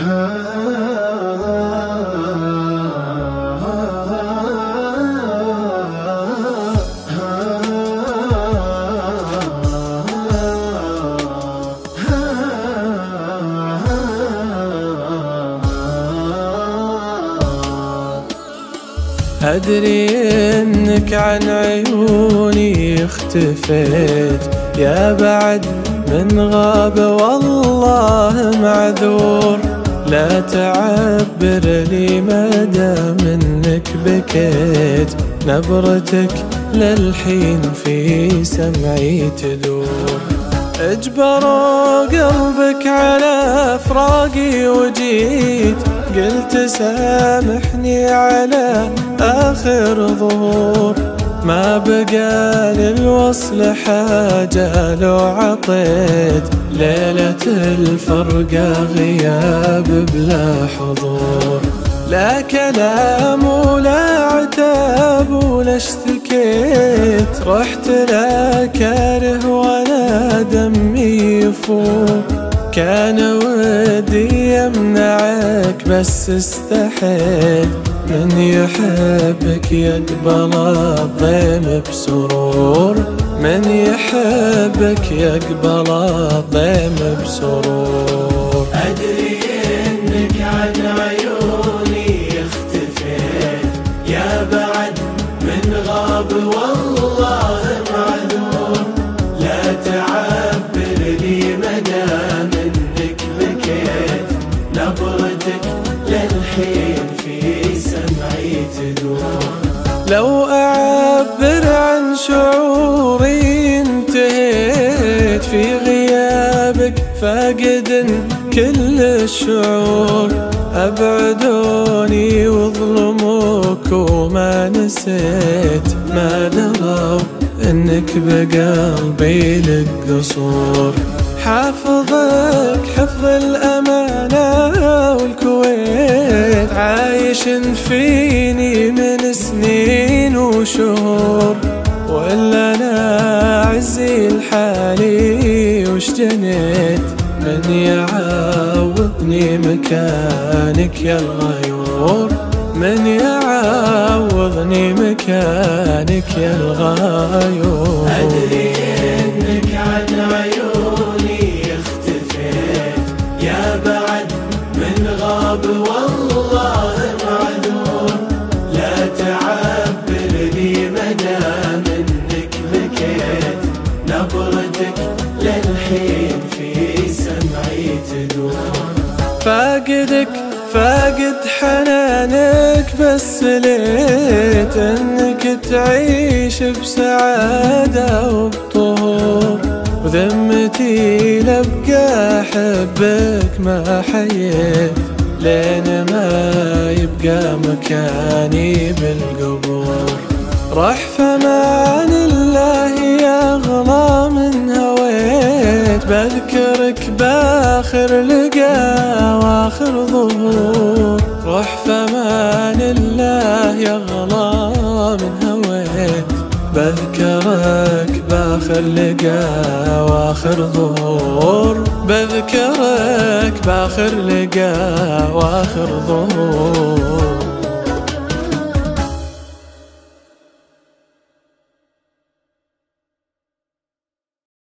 أدري إنك عن عيوني اختفيت، يا بعد من غاب والله معذور. لا تعبر لي مدام إنك بكيت، نبرتك للحين في سمعي تدور. اجبروا قلبك على فراقي وجيت، قلت سامحني على آخر ظهور. ما بقى للوصل حاجة لو عطيت، ليلة الفرقة غياب بلا حضور. لا كلام ولا عتاب ولا اشتكيت، رحت لا كاره ولا دمي يفور. كان ودي يمنعك بس استحيت، من يحبك يقبل الضيم بسرور. من يحبك يقبل الضيم بسرور. أدري إنك عن عيوني اختفيت، يا بعد من غاب والله معذور. لا تعبر لي مدام إنك بكيت، نبرتك للحين في سمعي تدور. لو أعبر عن شعوري انتهيت، في غيابك فاقد كل الشعور. أبعدوني وظلموك وما نسيت، ما دروا إنك بقلبي لك قصور. حافظك حفظ الأمانة والكويت، عايش فيني من سنين وشهور. ولا أنا عزي لحالي وش جنيت، من يعوضني مكانك يا الغيور. من يعوضني مكانك يا الغيور. أدري إنك عن عيوني اختفيت، يا بعد من غاب والله معذور. لا تعبر لي مدام إنك بكيت، نبرتك للحين في سمعي تدور. فاقدك فاقد حنانك، بس ليت انك تعيش بسعادة وبطهور. وذمتي لبقى احبك ما حييت، لين ما يبقى مكاني بالقبور. راح فمان الله يا أغلى من هويت، بذكرك باخر لقا واخر ظهور. روح فمان الله يا أغلى من هويت، بذكرك باخر لقا واخر ظهور. بذكرك باخر لقا واخر ظهور.